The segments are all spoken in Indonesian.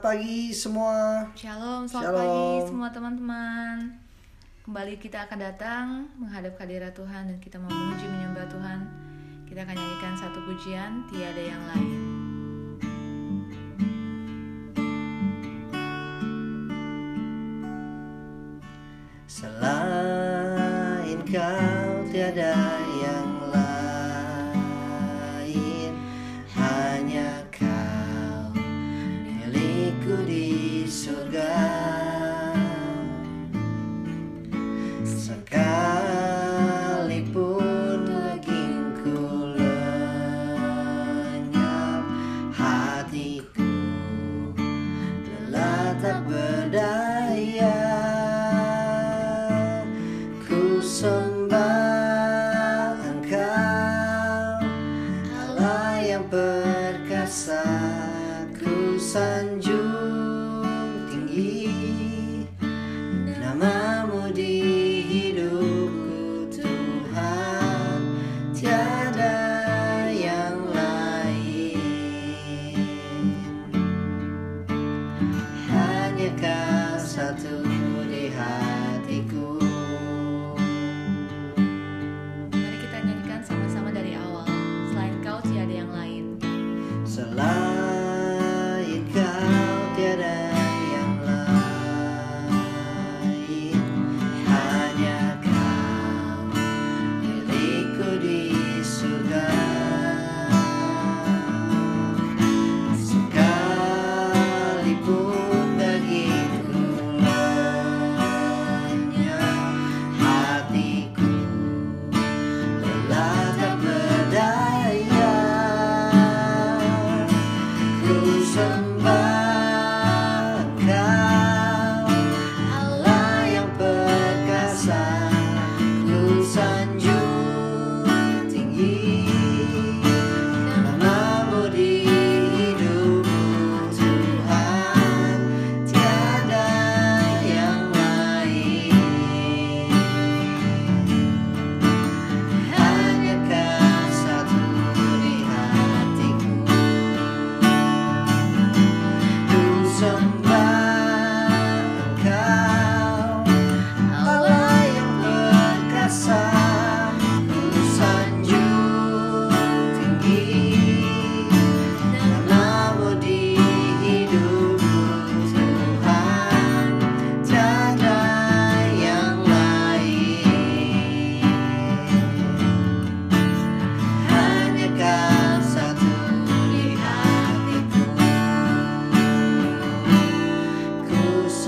Selamat pagi semua. Shalom, selamat pagi semua teman-teman. Kembali kita akan datang menghadap hadirat Tuhan dan kita mau memuji menyembah Tuhan. Kita akan nyanyikan satu pujian, tiada yang lain. Selain Kau tiada yang lain, hanya Kau milikku di surga. Sekalipun dagingku lenyap, hatiku lelah tak berdaya. Ku sembah Engkau, Allah yang perkasa. Ku sanjung tinggi namamu di hidupku, Tuhan, tiada yang lain. Hanya Kau satu di hatiku. Mari kita nyanyikan sama-sama dari awal. Selain Kau tiada yang lain. Selain Kau tiada yang lain, hanya Kau milikku di surga. Sekalipun dagingku lenyap, hatiku lelah tak berdaya. Ku sembah Engkau, Allah yang perkasa. Ku sanjung tinggi namamu di hidupku, Tuhan, tiada yang lain. Hanya Kau satu di hatiku. Ku sembah Engkau, Allah yang perkasa. Ku sanjung tinggi namamu di hidupku, Tuhan, tiada yang lain. Hanya Kau satu di hatiku. Ku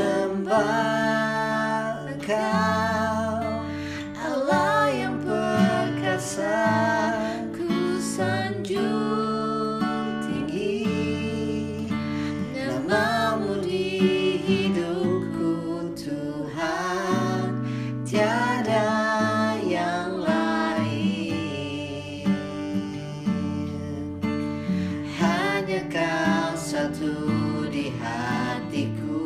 sembah Engkau, Allah yang perkasa. Ku sanjung tinggi namamu di hidupku, Tuhan, tiada yang lain. Hanya Kau satu di hatiku.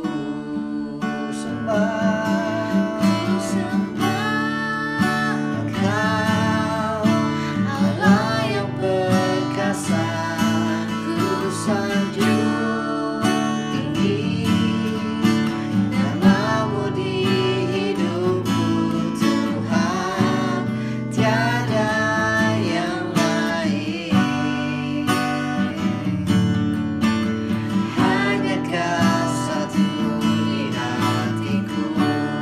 Sembah Engkau, Allah yang perkasa. Ku sanjung tinggi namamu di hidupku, Tuhan, tiada yang lain. Hanya Kau satu di hatiku.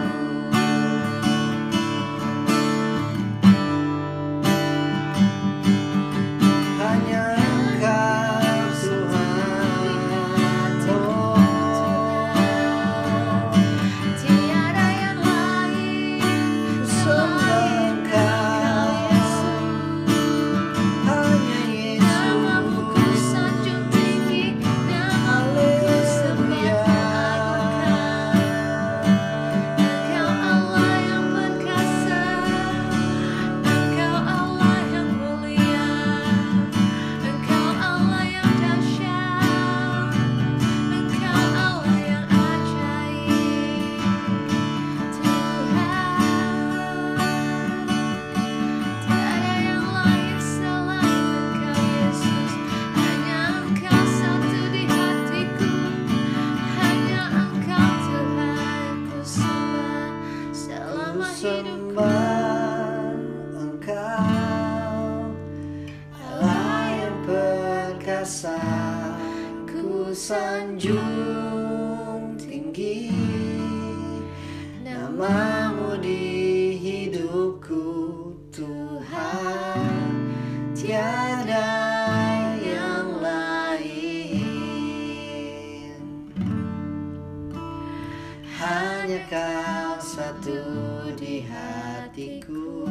menjunjung tinggi namamu di hidupku Tuhan, tiada yang lain. Hanya Kau satu di hatiku.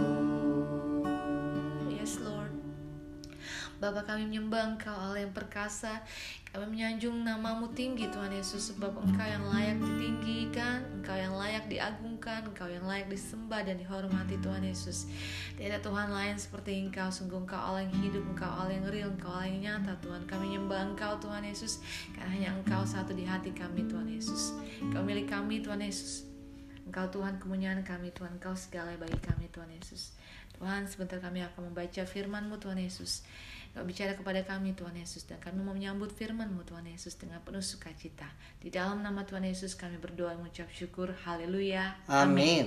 Yes Lord. Bapa, kami menyembah Engkau Allah yang perkasa. Kami menyanjung namamu tinggi Tuhan Yesus, sebab Engkau yang layak ditinggikan, Engkau yang layak diagungkan, Engkau yang layak disembah dan dihormati Tuhan Yesus. Tidak Tuhan lain seperti Engkau. Sungguh Engkau Allah yang hidup, Engkau Allah yang real, Engkau Allah yang nyata Tuhan. Kami menyembah Engkau Tuhan Yesus, karena hanya Engkau satu di hati kami Tuhan Yesus. Engkau milik kami Tuhan Yesus. Engkau Tuhan kemuliaan kami Tuhan, Engkau segala bagi kami Tuhan Yesus. Tuhan, sebentar kami akan membaca firman-Mu Tuhan Yesus. Kau bicara kepada kami Tuhan Yesus, dan kami mau menyambut firman-Mu Tuhan Yesus dengan penuh sukacita. Di dalam nama Tuhan Yesus kami berdoa mengucap syukur. Haleluya. Amin.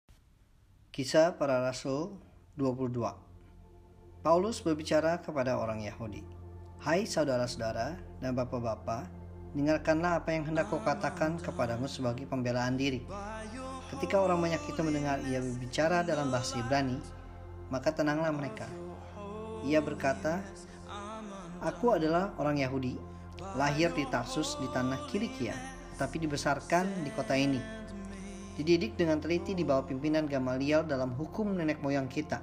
Kisah para Rasul 22. Paulus berbicara kepada orang Yahudi. Hai saudara-saudara dan bapak-bapak, dengarkanlah apa yang hendak kau katakan kepadamu sebagai pembelaan diri. Ketika orang banyak itu mendengar ia berbicara dalam bahasa Ibrani, maka tenanglah mereka. Ia berkata, aku adalah orang Yahudi, lahir di Tarsus di tanah Kilikia, tapi dibesarkan di kota ini. Dididik dengan teliti di bawah pimpinan Gamaliel dalam hukum nenek moyang kita.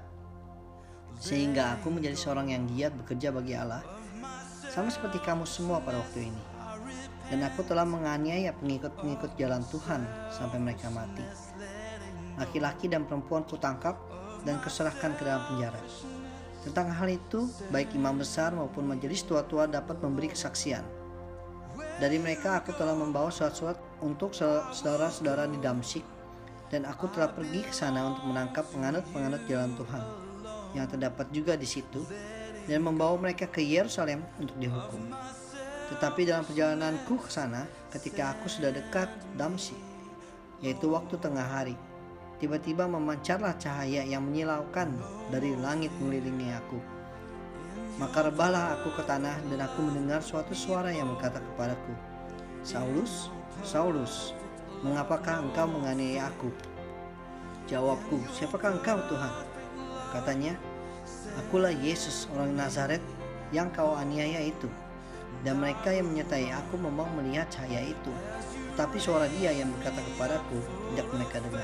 Sehingga aku menjadi seorang yang giat bekerja bagi Allah, sama seperti kamu semua pada waktu ini. Dan aku telah menganiaya pengikut-pengikut jalan Tuhan sampai mereka mati. Laki-laki dan perempuan kutangkap dan kuserahkan ke dalam penjara. Tentang hal itu, baik imam besar maupun majelis tua-tua dapat memberi kesaksian. Dari mereka aku telah membawa surat-surat untuk saudara-saudara di Damsyik, dan aku telah pergi ke sana untuk menangkap penganut-penganut jalan Tuhan yang terdapat juga di situ, dan membawa mereka ke Yerusalem untuk dihukum. Tetapi dalam perjalananku ke sana, ketika aku sudah dekat Damsyik, yaitu waktu tengah hari, tiba-tiba memancarlah cahaya yang menyilaukan dari langit mengelilingi aku. Maka rebahlah aku ke tanah, dan aku mendengar suatu suara yang berkata kepadaku, Saulus, Saulus, mengapakah engkau menganiaya aku? Jawabku, siapakah engkau Tuhan? Katanya, akulah Yesus orang Nazaret yang kau aniaya itu. Dan mereka yang menyertai aku memang melihat cahaya itu, tetapi suara dia yang berkata kepadaku tidak mereka dengar.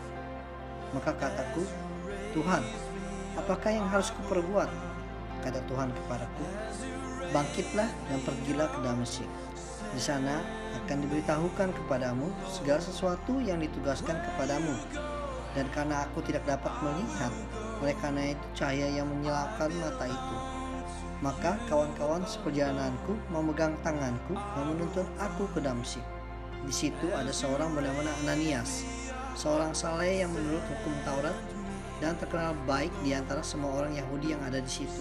Maka kataku, Tuhan, apakah yang harus kuperbuat? Kata Tuhan kepadaku, bangkitlah dan pergilah ke Damsyik. Di sana akan diberitahukan kepadamu segala sesuatu yang ditugaskan kepadamu. Dan karena aku tidak dapat melihat, oleh karena itu cahaya yang menyilaukan mata itu. Maka kawan-kawan seperjalananku memegang tanganku dan menuntun aku ke Damsyik. Di situ ada seorang bernama Ananias, seorang saleh yang menurut hukum Taurat dan terkenal baik di antara semua orang Yahudi yang ada di situ.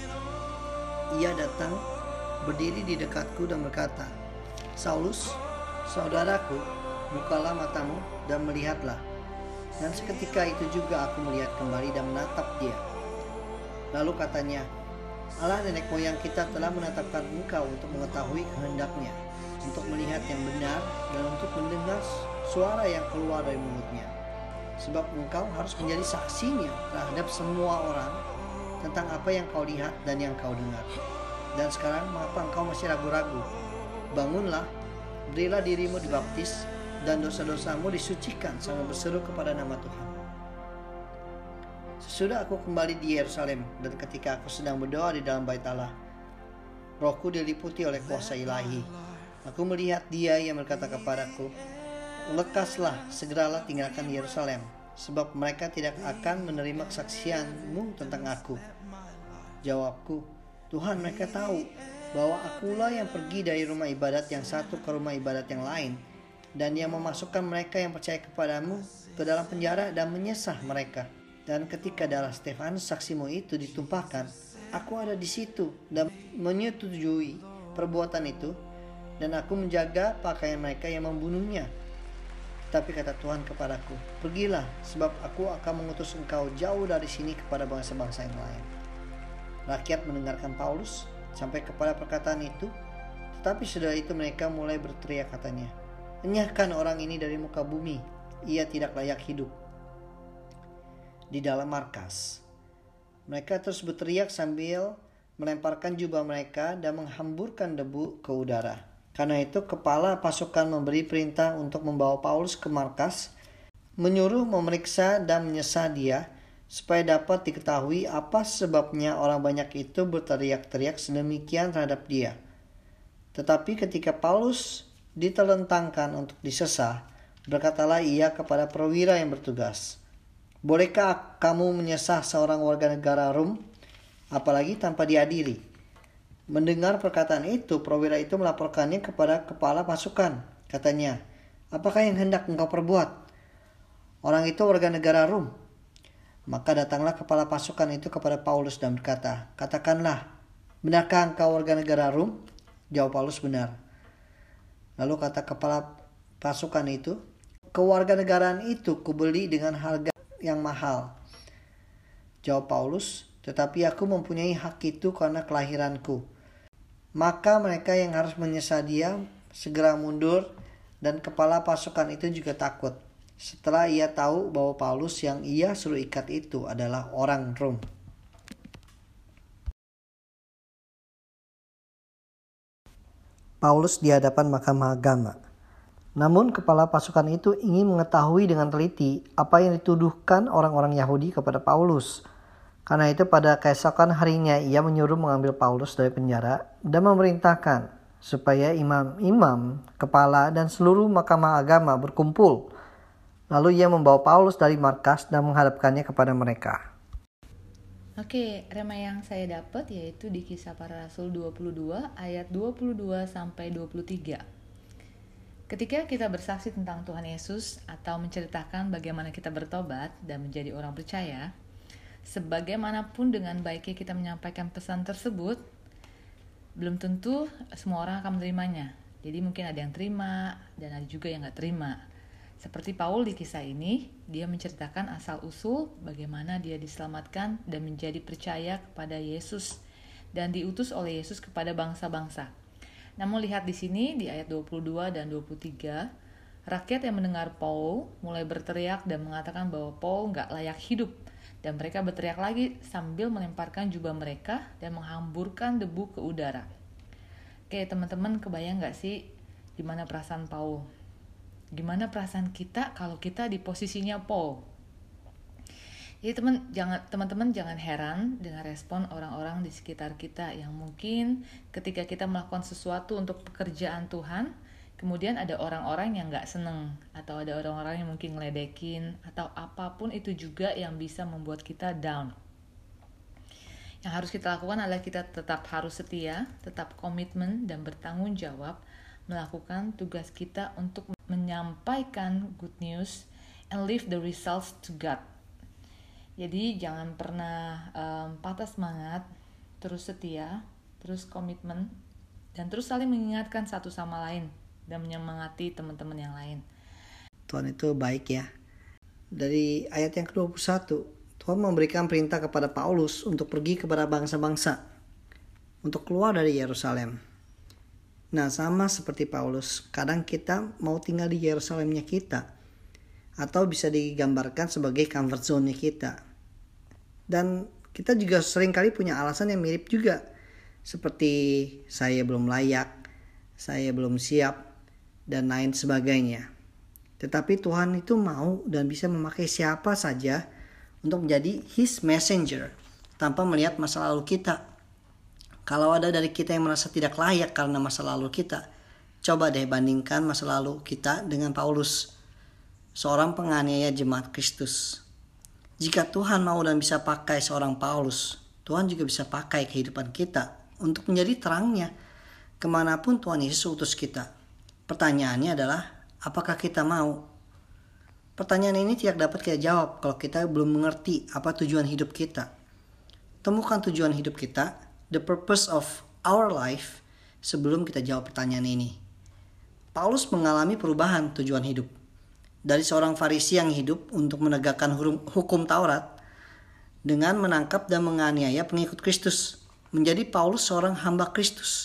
Ia datang, berdiri di dekatku dan berkata, Saulus, saudaraku, bukalah matamu dan melihatlah. Dan seketika itu juga aku melihat kembali dan menatap dia. Lalu katanya, Allah nenek moyang kita telah menetapkan engkau untuk mengetahui kehendaknya, untuk melihat yang benar dan untuk mendengar suara yang keluar dari mulutnya. Sebab engkau harus menjadi saksinya terhadap semua orang tentang apa yang kau lihat dan yang kau dengar. Dan sekarang mengapa engkau masih ragu-ragu? Bangunlah, berilah dirimu dibaptis, dan dosa-dosamu disucikan sambil berseru kepada nama Tuhan. Sesudah aku kembali di Yerusalem, dan ketika aku sedang berdoa di dalam bait Allah, rohku diliputi oleh kuasa ilahi. Aku melihat dia yang berkata kepadaku, lekaslah, segeralah tinggalkan Yerusalem, sebab mereka tidak akan menerima kesaksianmu tentang aku. Jawabku, Tuhan, mereka tahu bahwa akulah yang pergi dari rumah ibadat yang satu ke rumah ibadat yang lain, dan yang memasukkan mereka yang percaya kepadamu ke dalam penjara dan menyesah mereka. Dan ketika darah Stefanus saksimu itu ditumpahkan, aku ada di situ dan menyetujui perbuatan itu, dan aku menjaga pakaian mereka yang membunuhnya. Tapi kata Tuhan kepadaku, pergilah, sebab aku akan mengutus engkau jauh dari sini kepada bangsa-bangsa yang lain. Rakyat mendengarkan Paulus sampai kepada perkataan itu, Tetapi sudah itu mereka mulai berteriak katanya, "Enyahkan orang ini dari muka bumi, ia tidak layak hidup." Di dalam markas, mereka terus berteriak sambil melemparkan jubah mereka dan menghamburkan debu ke udara. Karena itu kepala pasukan memberi perintah untuk membawa Paulus ke markas, menyuruh memeriksa dan menyesah dia, supaya dapat diketahui apa sebabnya orang banyak itu berteriak-teriak sedemikian terhadap dia. Tetapi ketika Paulus ditelentangkan untuk disesah, berkatalah ia kepada perwira yang bertugas, "Bolehkah kamu menyesah seorang warga negara Rom, apalagi tanpa diadili?" Mendengar perkataan itu, perwira itu melaporkannya kepada kepala pasukan. Katanya, "Apakah yang hendak engkau perbuat? Orang itu warga negara Rom." Maka datanglah kepala pasukan itu kepada Paulus dan berkata, "Katakanlah, benarkah engkau warga negara Rom?" Jawab Paulus, "Benar." Lalu kata kepala pasukan itu, "Kewarganegaraan itu kubeli dengan harga yang mahal." Jawab Paulus, "Tetapi aku mempunyai hak itu karena kelahiranku." Maka mereka yang harus menyesah dia segera mundur, dan kepala pasukan itu juga takut setelah ia tahu bahwa Paulus yang ia suruh ikat itu adalah orang Rom. Paulus di hadapan mahkamah agama. Namun kepala pasukan itu ingin mengetahui dengan teliti apa yang dituduhkan orang-orang Yahudi kepada Paulus. Karena itu pada keesokan harinya ia menyuruh mengambil Paulus dari penjara dan memerintahkan supaya imam-imam, kepala dan seluruh mahkamah agama berkumpul. Lalu ia membawa Paulus dari markas dan menghadapkannya kepada mereka. Oke, rema yang saya dapat yaitu di Kisah Para Rasul 22 ayat 22 sampai 23. Ketika kita bersaksi tentang Tuhan Yesus atau menceritakan bagaimana kita bertobat dan menjadi orang percaya, sebagaimanapun dengan baiknya kita menyampaikan pesan tersebut, belum tentu semua orang akan menerimanya. Jadi mungkin ada yang terima dan ada juga yang gak terima. Seperti Paul di kisah ini, dia menceritakan asal-usul bagaimana dia diselamatkan dan menjadi percaya kepada Yesus dan diutus oleh Yesus kepada bangsa-bangsa. Namun lihat di sini di ayat 22 dan 23, rakyat yang mendengar Paul mulai berteriak dan mengatakan bahwa Paul gak layak hidup. Dan mereka berteriak lagi sambil melemparkan jubah mereka dan menghamburkan debu ke udara. Oke, teman-teman kebayang gak sih gimana perasaan Paul? Gimana perasaan kita kalau kita di posisinya Paul? Jadi teman-teman jangan heran dengan respon orang-orang di sekitar kita yang mungkin ketika kita melakukan sesuatu untuk pekerjaan Tuhan, kemudian ada orang-orang yang gak seneng, atau ada orang-orang yang mungkin ngeledekin, atau apapun itu juga yang bisa membuat kita down. Yang harus kita lakukan adalah kita tetap harus setia, tetap komitmen dan bertanggung jawab melakukan tugas kita untuk menyampaikan good news and leave the results to God. Jadi jangan pernah patah semangat, terus setia, terus komitmen, dan terus saling mengingatkan satu sama lain dan menyemangati teman-teman yang lain. Tuhan itu baik ya. Dari ayat yang ke-21, Tuhan memberikan perintah kepada Paulus untuk pergi kepada bangsa-bangsa, untuk keluar dari Yerusalem. Nah, sama seperti Paulus, kadang kita mau tinggal di Yerusalemnya kita, atau bisa digambarkan sebagai comfort zone-nya kita. Dan kita juga seringkali punya alasan yang mirip juga, seperti saya belum layak, saya belum siap, dan lain sebagainya. Tetapi Tuhan itu mau dan bisa memakai siapa saja untuk menjadi His messenger, tanpa melihat masa lalu kita. Kalau ada dari kita yang merasa tidak layak karena masa lalu kita, coba deh bandingkan masa lalu kita dengan Paulus, seorang penganiaya jemaat Kristus. Jika Tuhan mau dan bisa pakai seorang Paulus, Tuhan juga bisa pakai kehidupan kita untuk menjadi terangnya kemanapun Tuhan Yesus utus kita. Pertanyaannya adalah, apakah kita mau? Pertanyaan ini tidak dapat kita jawab kalau kita belum mengerti apa tujuan hidup kita. Temukan tujuan hidup kita, the purpose of our life, sebelum kita jawab pertanyaan ini. Paulus mengalami perubahan tujuan hidup. Dari seorang Farisi yang hidup untuk menegakkan hukum Taurat, dengan menangkap dan menganiaya pengikut Kristus, menjadi Paulus seorang hamba Kristus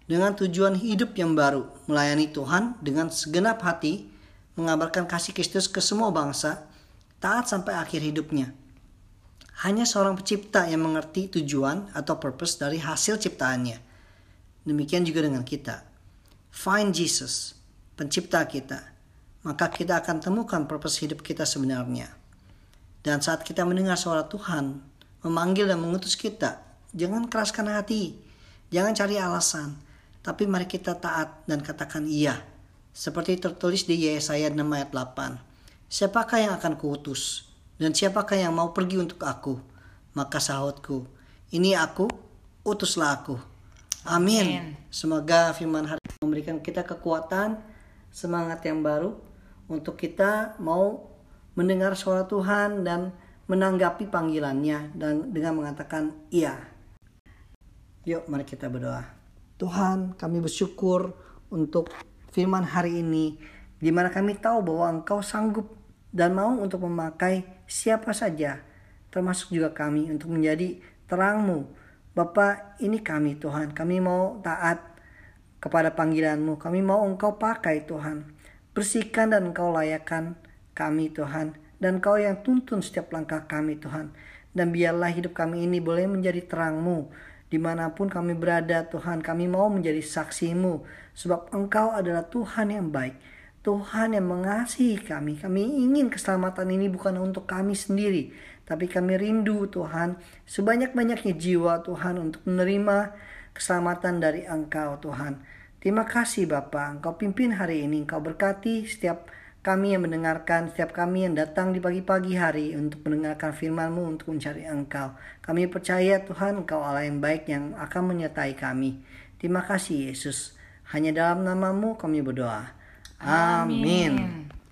dengan tujuan hidup yang baru, melayani Tuhan dengan segenap hati, mengabarkan kasih Kristus ke semua bangsa, taat sampai akhir hidupnya. Hanya seorang pencipta yang mengerti tujuan atau purpose dari hasil ciptaannya. Demikian juga dengan kita. Find Jesus, pencipta kita, maka kita akan temukan purpose hidup kita sebenarnya. Dan saat kita mendengar suara Tuhan memanggil dan mengutus kita, jangan keraskan hati, jangan cari alasan, tapi mari kita taat dan katakan iya. Seperti tertulis di Yesaya 6 ayat 8. Siapakah yang akan kuutus? Dan siapakah yang mau pergi untuk aku? Maka sahutku, ini aku, utuslah aku. Amin. Semoga firman hari ini memberikan kita kekuatan, semangat yang baru untuk kita mau mendengar suara Tuhan dan menanggapi panggilannya dan dengan mengatakan iya. Yuk mari kita berdoa. Tuhan, kami bersyukur untuk firman hari ini, di mana kami tahu bahwa Engkau sanggup dan mau untuk memakai siapa saja, termasuk juga kami, untuk menjadi terang-Mu. Bapa, ini kami Tuhan, kami mau taat kepada panggilan-Mu, kami mau Engkau pakai Tuhan. Bersihkan dan Engkau layakkan kami Tuhan, dan Engkau yang tuntun setiap langkah kami Tuhan. Dan biarlah hidup kami ini boleh menjadi terang-Mu, dimanapun kami berada Tuhan, kami mau menjadi saksi-Mu, sebab Engkau adalah Tuhan yang baik, Tuhan yang mengasihi kami. Kami ingin keselamatan ini bukan untuk kami sendiri, tapi kami rindu Tuhan, sebanyak-banyaknya jiwa Tuhan untuk menerima keselamatan dari Engkau Tuhan. Terima kasih Bapa, Engkau pimpin hari ini, Engkau berkati setiap kami yang mendengarkan, setiap kami yang datang di pagi-pagi hari untuk mendengarkan firman-Mu, untuk mencari Engkau. Kami percaya Tuhan, Engkau Allah yang baik yang akan menyertai kami. Terima kasih Yesus. Hanya dalam nama-Mu kami berdoa. Amin.